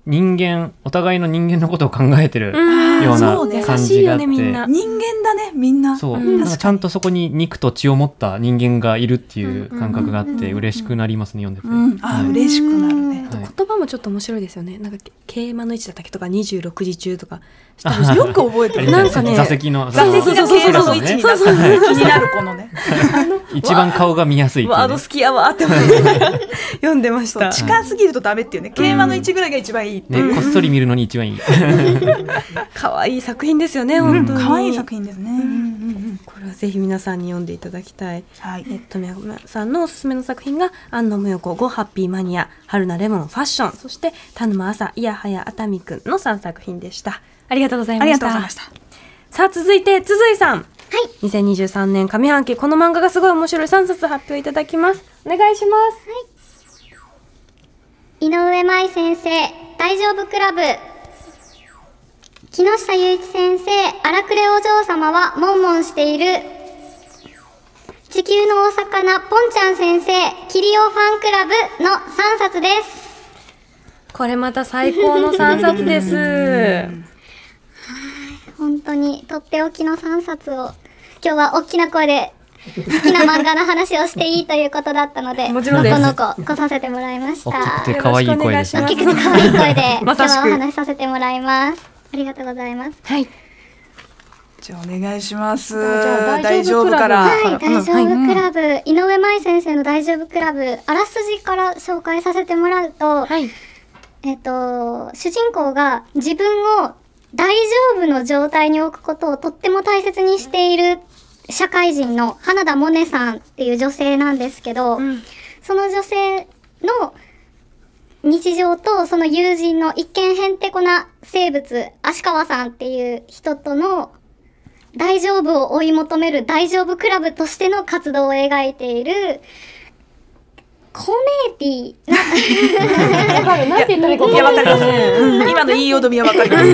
人間お互いの人間のことを考えてるような感じがあって、 人間だねみんな。 そう、うん、なんかちゃんとそこに肉と血を持った人間がいるっていう感覚があって嬉しくなりますね、読んでて、 うん、あ、はい、嬉しくなるね。 言葉もちょっと面白いですよね。なんか桂馬の位置だったっけとかにじゅうろくじ中とかよく覚えてる。 なんかね座席の座席が桂馬の位置になったら気になるこのね一番顔が見やすいっていう、ね、 ワード好きやわって思って読んでました。 近すぎるとダメっていうね、桂馬の位置ぐらいが一番いいっていう、 ね、こっそり見るのに一番いい可愛い作品ですよね、本当に可愛い作品ですね、うんうんうん、 これはぜひ皆さんに読んでいただきたい、 はい、 え富山さんのおすすめの作品が安野もよこごハッピーマニア、春菜レモンファッション、そして田沼朝いやはや熱海くんのさんさく品でした。ありがとうございました。 ありがとうございました。 さあ続いてつづいさん、 はい、 にせんにじゅうさんねん上半期この漫画がすごい面白いさんさつ発表いただきます。お願いします。 はい、井上舞先生大丈夫クラブ、木下雄一先生荒くれお嬢様はモンモンしている、地球のお魚ポンちゃん先生キリオファンクラブのさんさつです。 これまた最高のさんさつです本当にとっておきのさんさつを今日は大きな声で好きな漫画の話をしていいということだったのでもちろんです。 のこのこ来させてもらいました。 大きくて可愛い声ですね。 大きくて可愛い声で今日はお話しさせてもらいます。ありがとうございます。 はい、 じゃあお願いします。 大丈夫から。 はい、大丈夫クラブ、うん、井上舞先生の大丈夫クラブ、あらすじから紹介させてもらうと、 はい、 えっと主人公が自分を大丈夫の状態に置くことをとっても大切にしている社会人の花田萌音さんっていう女性なんですけど、うん、その女性の日常とその友人の一見へんてこな生物足川さんっていう人との大丈夫を追い求める大丈夫クラブとしての活動を描いているコメディーわかる、なんて言ったらいいか分かりますね。今の言いよどみは分かります。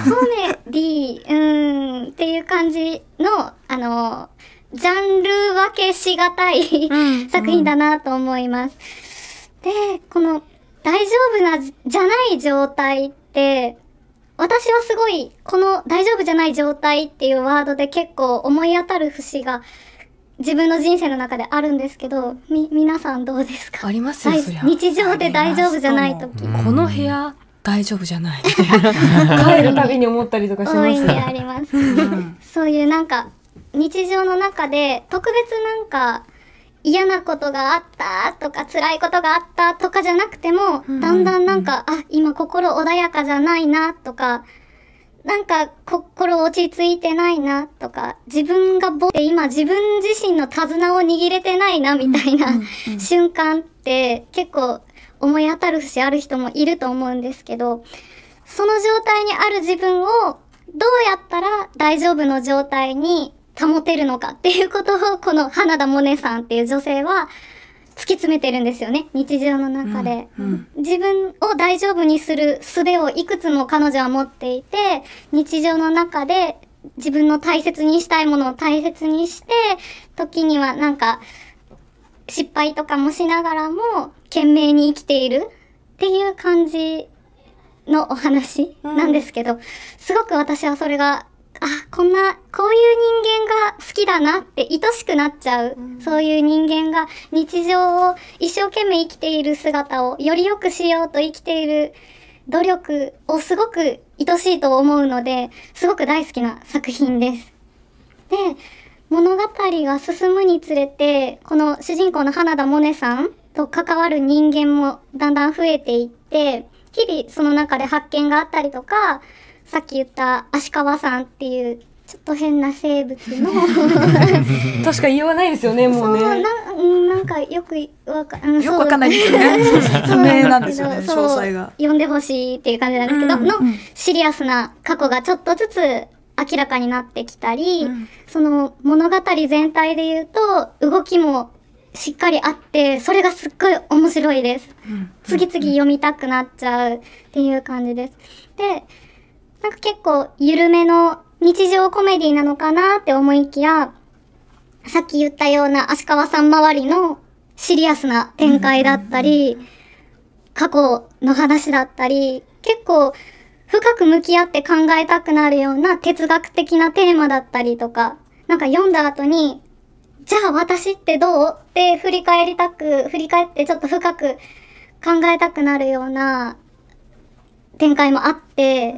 コメディー、うーんっていう感じのあのジャンル分けしがたい、うん、作品だなと思います。で、この大丈夫なじゃない状態って私はすごいこの大丈夫じゃない状態っていうワードで結構思い当たる節が自分の人生の中であるんですけど、み皆さんどうですか？ ありますよ、そりゃ。 日常で大丈夫じゃない時、 この部屋大丈夫じゃない帰るたびに思ったりとかします。 大いにあります、うん、そういうなんか日常の中で特別なんか嫌なことがあったとか辛いことがあったとかじゃなくても、うん、だんだんなんか、あ、今心穏やかじゃないなとか、なんか心落ち着いてないなとか、自分がぼって今自分自身の手綱を握れてないなみたいな、うんうんうん、瞬間って結構思い当たる節ある人もいると思うんですけど、その状態にある自分をどうやったら大丈夫の状態に保てるのかっていうことをこの花田萌音さんっていう女性は突き詰めてるんですよね、日常の中で、うんうん、自分を大丈夫にする術をいくつも彼女は持っていて、日常の中で自分の大切にしたいものを大切にして、時にはなんか失敗とかもしながらも懸命に生きているっていう感じのお話なんですけど、うん、すごく私はそれがあ、こんな、こういう人間が好きだなって愛しくなっちゃう、うん、そういう人間が日常を一生懸命生きている姿をより良くしようと生きている努力をすごく愛しいと思うので、すごく大好きな作品です。で、物語が進むにつれて、この主人公の花田萌音さんと関わる人間もだんだん増えていって、日々その中で発見があったりとか、さっき言った足川さんっていうちょっと変な生物のとしか言わないですよね、もうね。 そうな、なんかよくわか、うん、 よくわかんないですよね。不明なんですよね、詳細が。 読んでほしいっていう感じなんですけど、うんうん、のシリアスな過去がちょっとずつ明らかになってきたり、うん、その物語全体で言うと動きもしっかりあって、それがすっごい面白いです。うん、次々読みたくなっちゃうっていう感じです。で、なんか結構緩めの日常コメディなのかなって思いきや、さっき言ったような足川さん周りのシリアスな展開だったり、 過去の話だったり、結構深く向き合って考えたくなるような哲学的なテーマだったりとか、なんか読んだ後に、じゃあ私ってどうって振り返りたく、振り返ってちょっと深く考えたくなるような展開もあって、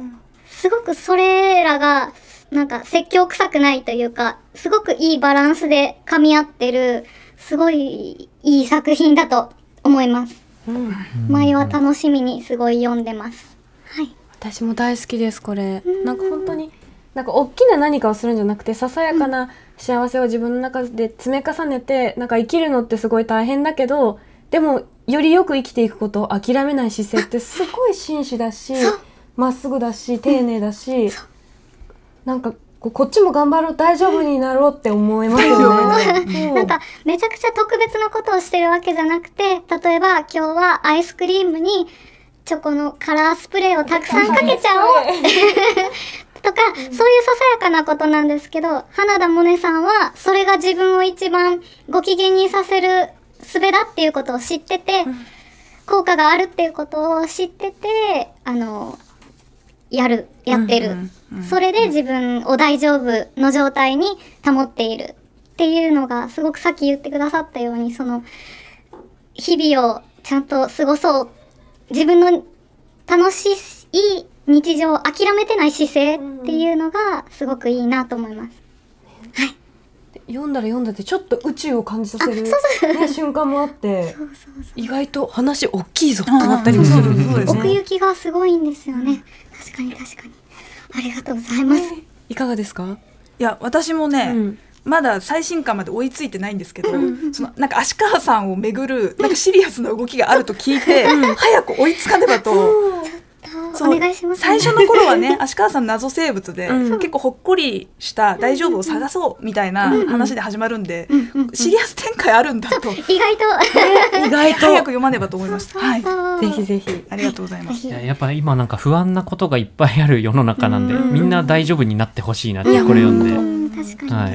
すごくそれらがなんか説教臭くないというか、すごくいいバランスで噛み合ってる、すごいいい作品だと思います。うん、前は楽しみにすごい読んでます。はい。 私も大好きですこれ。んなんか本当になんか大きな何かをするんじゃなくて、ささやかな幸せを自分の中で積み重ねて、なんか生きるのってすごい大変だけど、でもよりよく生きていくことを諦めない姿勢ってすごい真摯だし、まっすぐだし丁寧だし、うん、なんかこっちも頑張ろう、大丈夫になろうって思いますよね。 なんかめちゃくちゃ特別なことをしてるわけじゃなくて、例えば今日はアイスクリームにチョコのカラースプレーをたくさんかけちゃおうとか、そういうささやかなことなんですけど、花田萌音さんはそれが自分を一番ご機嫌にさせる術だっていうことを知ってて、うん、効果があるっていうことを知ってて、あのやるやってる、うんうんうん、それで自分を大丈夫の状態に保っているっていうのが、すごくさっき言ってくださったように、その日々をちゃんと過ごそう、自分の楽しい日常を諦めてない姿勢っていうのがすごくいいなと思います、うん、はい。 読んだら読んだってちょっと宇宙を感じさせる、ね、瞬間もあってそうそうそう、意外と話大きいぞってなったりもするんですよね。 奥行きがすごいんですよね。確かに確かに、ありがとうございます、えー、 いかがですか？ いや私もね、うん、まだ最新刊まで追いついてないんですけど、うん、そのなんか芦川さんをめぐるなんかシリアスな動きがあると聞いて、うん、早く追いつかねばとお願いします。 最初の頃はね芦川さん謎生物で、うん、結構ほっこりした大丈夫を探そうみたいな話で始まるんで、うんうん、シリアス展開あるんだと意外と意外と早く読まねばと思いました。はい、 ぜひぜひありがとうございます。 いや、やっぱ今なんか不安なことがいっぱいある世の中なんで、うん、みんな大丈夫になってほしいなってこれ読んで、うん、 確かに、はい、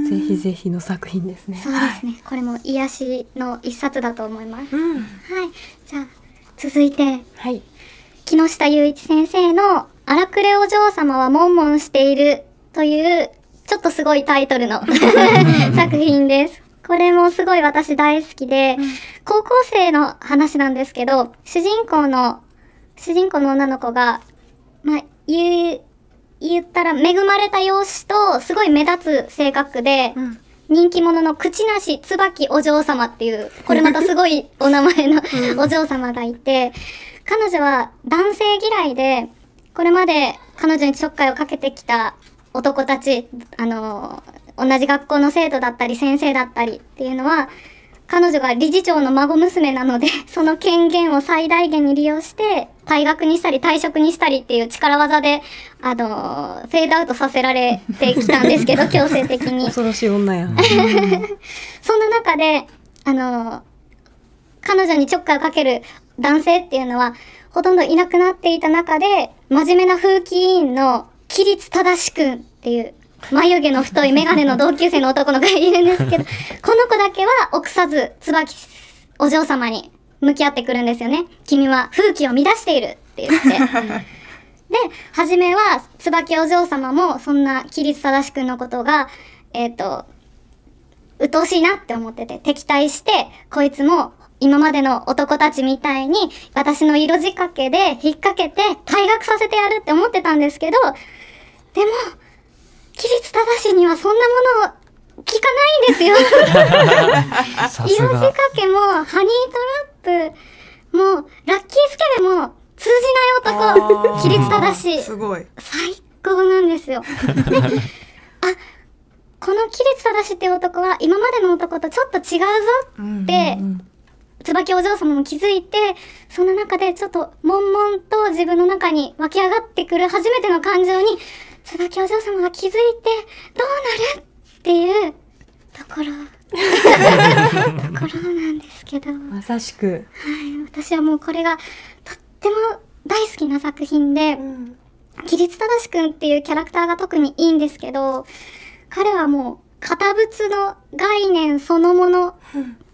ぜひぜひの作品ですね。 そうですね、これも癒しの一冊だと思います、うん、はい。じゃあ続いて、はい、木下雄一先生の荒くれお嬢様はもんもんしているというちょっとすごいタイトルの作品です。これもすごい私大好きで、うん、高校生の話なんですけど、主人公の主人公の女の子がまあ言う言ったら恵まれた容姿とすごい目立つ性格で、うん、人気者の口なし椿お嬢様っていう、これまたすごいお名前のお嬢様がいて、彼女は男性嫌いで、これまで彼女にちょっかいをかけてきた男たち、あの同じ学校の生徒だったり先生だったりっていうのは、彼女が理事長の孫娘なので、その権限を最大限に利用して退学にしたり退職にしたりっていう力技で、あのフェードアウトさせられてきたんですけど強制的に恐ろしい女やそんな中で、あの彼女にちょっかいをかける男性っていうのはほとんどいなくなっていた中で、真面目な風紀委員の規律正くんっていう眉毛の太いメガネの同級生の男の子がいるんですけど、この子だけは臆さず椿お嬢様に向き合ってくるんですよね。君は風紀を乱しているって言ってで、初めは椿お嬢様もそんな規律正くんのことがえっと鬱陶しいなって思ってて敵対して、こいつも今までの男たちみたいに私の色仕掛けで引っ掛けて退学させてやるって思ってたんですけど、でも規律正しにはそんなもの聞かないんですよ色仕掛けもハニートラップもラッキースケベも通じない男、規律正しい、 すごい最高なんですよで、あ、この規律正しいっていう男は今までの男とちょっと違うぞって、うんうんうん、椿お嬢様も気づいて、その中でちょっと悶々と自分の中に湧き上がってくる初めての感情に椿お嬢様が気づいてどうなるっていうところところなんですけど、 まさしく、はい、 私はもうこれがとっても大好きな作品で、うん、規律正くんっていうキャラクターが特にいいんですけど、彼はもう堅物の概念そのもの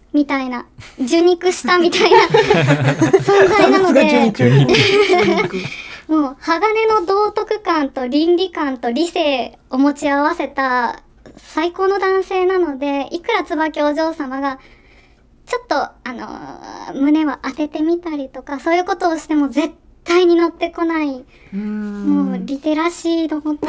みたいな、受肉したみたいな存在なのでもう鋼の道徳感と倫理観と理性を持ち合わせた最高の男性なので、いくら椿お嬢様がちょっとあのー、胸は当ててみたりとかそういうことをしても絶対に乗ってこない、うーん、もうリテラシーのこと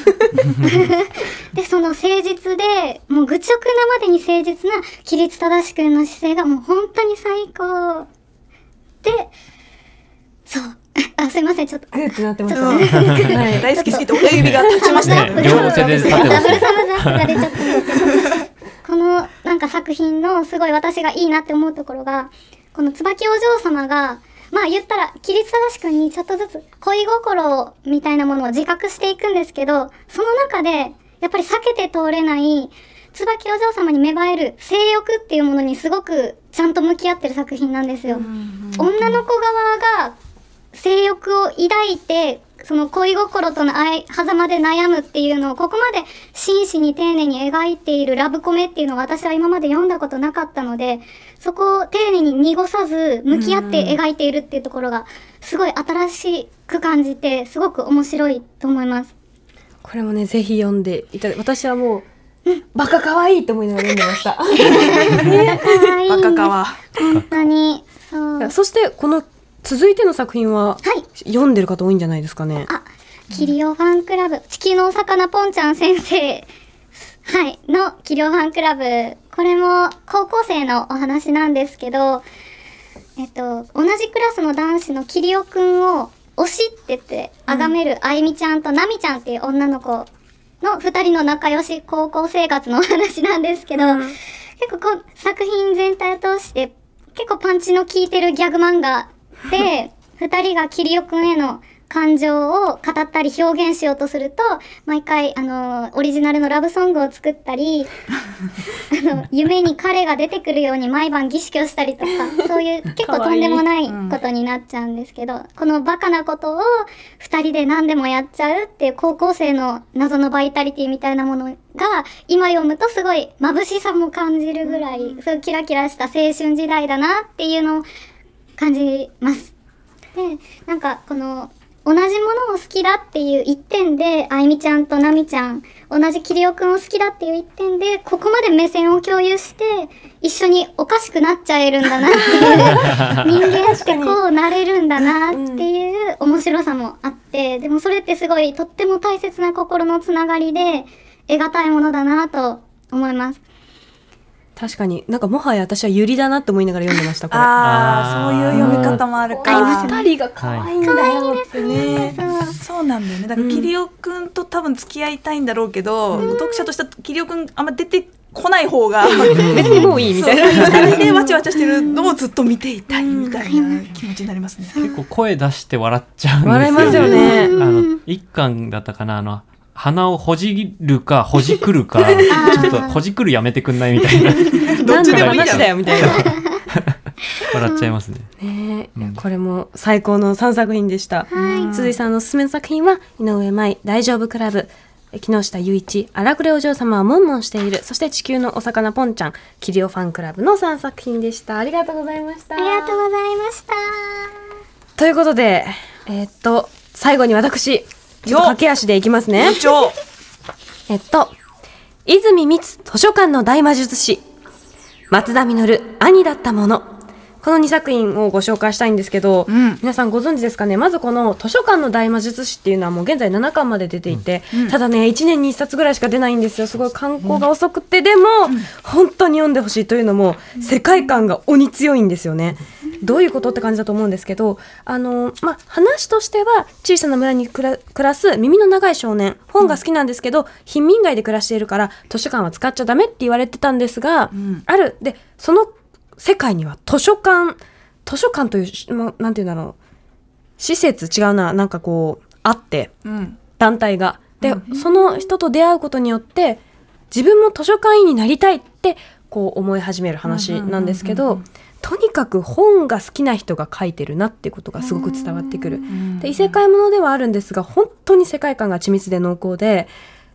でその誠実でもう愚直なまでに誠実な規律正しくんの姿勢がもう本当に最高で、そうあすいませんちょっとグーってなってましたね、はい、大好きすぎて親指が立ちましたね、両手で立ってますダブルサムズアップが出ちゃったんですけどこのなんか作品のすごい私がいいなって思うところが、この椿お嬢様がまあ言ったら規律正しくにちょっとずつ恋心みたいなものを自覚していくんですけど、その中でやっぱり避けて通れない椿お嬢様に芽生える性欲っていうものにすごくちゃんと向き合ってる作品なんですよ。女の子側が性欲を抱いてその恋心との狭間で悩むっていうのをここまで真摯に丁寧に描いているラブコメっていうのを私は今まで読んだことなかったので、そこを丁寧に濁さず向き合って描いているっていうところがすごい新しく感じてすごく面白いと思います。 これもねぜひ読んでいただ私はもう、うん、バカかわいいと思いながら読んでましたバカかわ本当にそう。 そしてこの続いての作品は、 はい、 読んでる方多いんじゃないですかね。 あ、キリオファンクラブ、地球のお魚ポンちゃん先生、はい、のキリオファンクラブ。これも高校生のお話なんですけど、えっと、同じクラスの男子のキリオくんを推しって言って崇めるあゆみちゃんとなみちゃんっていう女の子の二人の仲良し高校生活のお話なんですけど、うん、結構こう作品全体を通して結構パンチの効いてるギャグ漫画で二人がキリオくんへの感情を語ったり表現しようとすると毎回あのオリジナルのラブソングを作ったりあの夢に彼が出てくるように毎晩儀式をしたりとかそういう結構とんでもないことになっちゃうんですけど、このバカなことを二人で何でもやっちゃうっていう高校生の謎のバイタリティみたいなものが今読むとすごい眩しさも感じるぐらいそういうキラキラした青春時代だなっていうのを感じます。で、なんかこの同じものを好きだっていう一点であゆみちゃんとなみちゃん同じキリオくんを好きだっていう一点でここまで目線を共有して一緒におかしくなっちゃえるんだなっていう人間ってこうなれるんだなっていう面白さもあって、でもそれってすごいとっても大切な心のつながりで得難いものだなと思います。 確かになんかもはや私はユリだなって思いながら読んでましたこれ。 ああそういう読み方もあるか。 二人が可愛いんだよ、 可愛いですね。 そうなんだよね。だからキリオくんと多分付き合いたいんだろうけど、うん、読者としてはキリオくんあんま出てこない方が別にもういいみたいな二人でわちゃわちゃしてるのをずっと見ていたいみたいな気持ちになりますね。 結構声出して笑っちゃうんですよね。 笑いますよね。 あの一巻だったかな、あの鼻をほじるかほじくるかちょっとほじくるやめてくんないみたいなどっちでも話だよみたいな笑っちゃいますね。 ね、うん、これも最高のさんさく品でした。鈴井さんのおすすめの作品は井上舞大丈夫クラブ、木下雄一荒くれお嬢様はもんもんしている、そして地球のお魚ポンちゃんキリオファンクラブのさんさく品でした。ありがとうございました。 ありがとうございました。 ということでえー、っと最後に私ちょっと駆け足でいきますね。えっと泉光図書館の大魔術師、松田実兄だったもの、このにさく品をご紹介したいんですけど、うん、皆さんご存知ですかね。まずこの図書館の大魔術師っていうのはもう現在ななかんまで出ていて、うん、ただねいちねんにいっさつぐらいしか出ないんですよ。すごい刊行が遅くて、うん、でも、うん、本当に読んでほしいというのも世界観が鬼強いんですよね。どういうことって感じだと思うんですけど、あの、まあ、話としては小さな村に暮ら、暮らす耳の長い少年、本が好きなんですけど、うん、貧民街で暮らしているから図書館は使っちゃダメって言われてたんですが、うん、あるでその世界には図書館図書館という、ま、なんていうんだろう施設違うななんかこうあって、うん、団体がで、うん、その人と出会うことによって自分も図書館員になりたいってこう思い始める話なんですけど、とにかく本が好きな人が書いてるなっていうことがすごく伝わってくる。で異世界ものではあるんですが本当に世界観が緻密で濃厚で、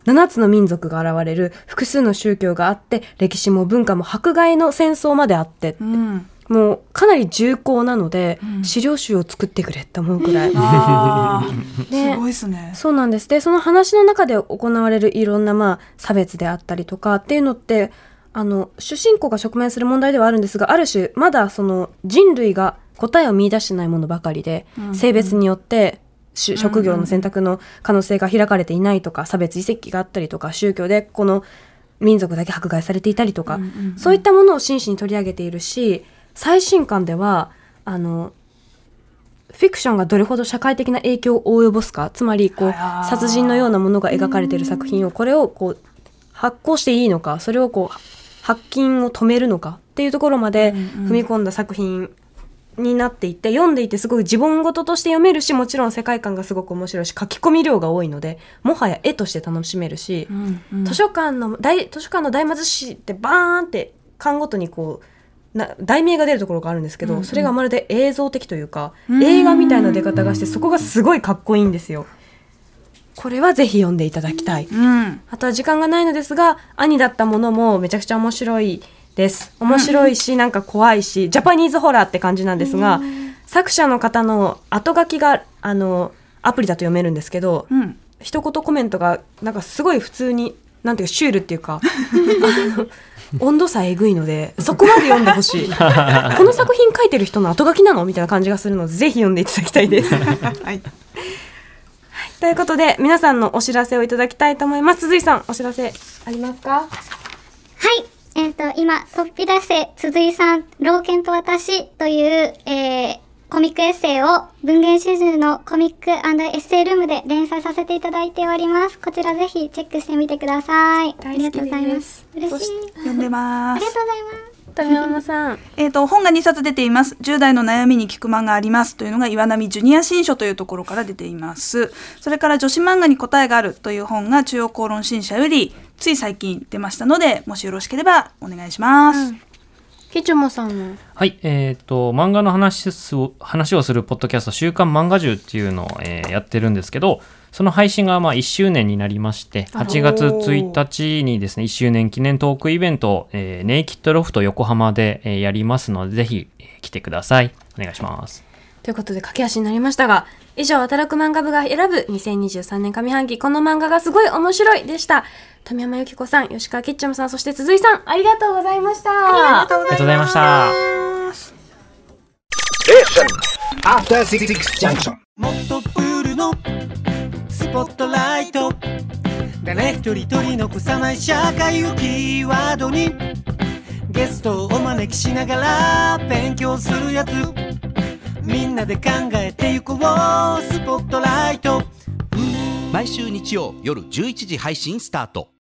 ななつの民族が現れる、複数の宗教があって、歴史も文化も迫害の戦争まであって、うん、もうかなり重厚なので、うん、資料集を作ってくれって思うくらい。 あすごいですね。 そうなんです。でその話の中で行われるいろんな、まあ、差別であったりとかっていうのって、あの主人公が直面する問題ではあるんですが、ある種まだその人類が答えを見出してないものばかりで、うんうん、性別によって職業の選択の可能性が開かれていないとか、差別遺跡があったりとか、宗教でこの民族だけ迫害されていたりとか、うんうんうん、そういったものを真摯に取り上げているし、最新刊ではあのフィクションがどれほど社会的な影響を及ぼすか、つまりこう殺人のようなものが描かれている作品を、これをこう発行していいのか、それをこう発禁を止めるのかっていうところまで踏み込んだ作品になっていて、読んでいてすごい自分事として読めるし、もちろん世界観がすごく面白いし、書き込み量が多いのでもはや絵として楽しめるし、うんうん、図書館の大図書館の大魔術師ってバーンって巻ごとにこうな題名が出るところがあるんですけど、うんうん、それがまるで映像的というか、うん、映画みたいな出方がして、そこがすごいかっこいいんですよ。これはぜひ読んでいただきたい、うん、あとは時間がないのですが、兄だったものもめちゃくちゃ面白いです。面白いし、うん、なんか怖いし、ジャパニーズホラーって感じなんですが、うん、作者の方の後書きがあのアプリだと読めるんですけど、うん、一言コメントがなんかすごい普通になんていうかシュールっていうかあの温度差えぐいので、そこまで読んでほしいこの作品書いてる人の後書きなのみたいな感じがするので、ぜひ読んでいただきたいです、はいということで、皆さんのお知らせをいただきたいと思います。鈴井さん、お知らせありますか？ はい、えっと、今、突飛出せ鈴井さん、老犬と私という、えー、コミックエッセイを文芸春秋のコミック&エッセイルームで連載させていただいております。こちらぜひチェックしてみてください。ありがとうございます。嬉しい。 読んでます。 ありがとうございます。 富山さん、 えーと、本がにさつ出ています。じゅう代の悩みに聞く漫画ありますというのが岩波ジュニア新書というところから出ています。それから女子漫画に答えがあるという本が中央公論新社よりつい最近出ましたので、もしよろしければお願いします。 ひちょもさんは？ はい、えーと漫画の話を、話をするポッドキャスト週刊漫画獣っていうのを、えー、やってるんですけど、その配信がまあいっしゅうねんになりまして、はちがつついたちにですね、いっしゅうねん記念トークイベントを、えー、ネイキッドロフト横浜で、えー、やりますので、ぜひ、えー、来てください。お願いします。 ということで駆け足になりましたが、以上働く漫画部が選ぶにせんにじゅうさんねん上半期この漫画がすごい面白いでした。富山由紀子さん、吉川きっちゃむさん、そして鈴井さん、ありがとうございました。 ありがとうございました。 もっとプールのスポットライト、誰一人取り残さない社会をキーワードにゲストをお招きしながら勉強するやつ、みんなで考えてゆこうスポットライト。 毎週日曜夜じゅういちじ配信スタート。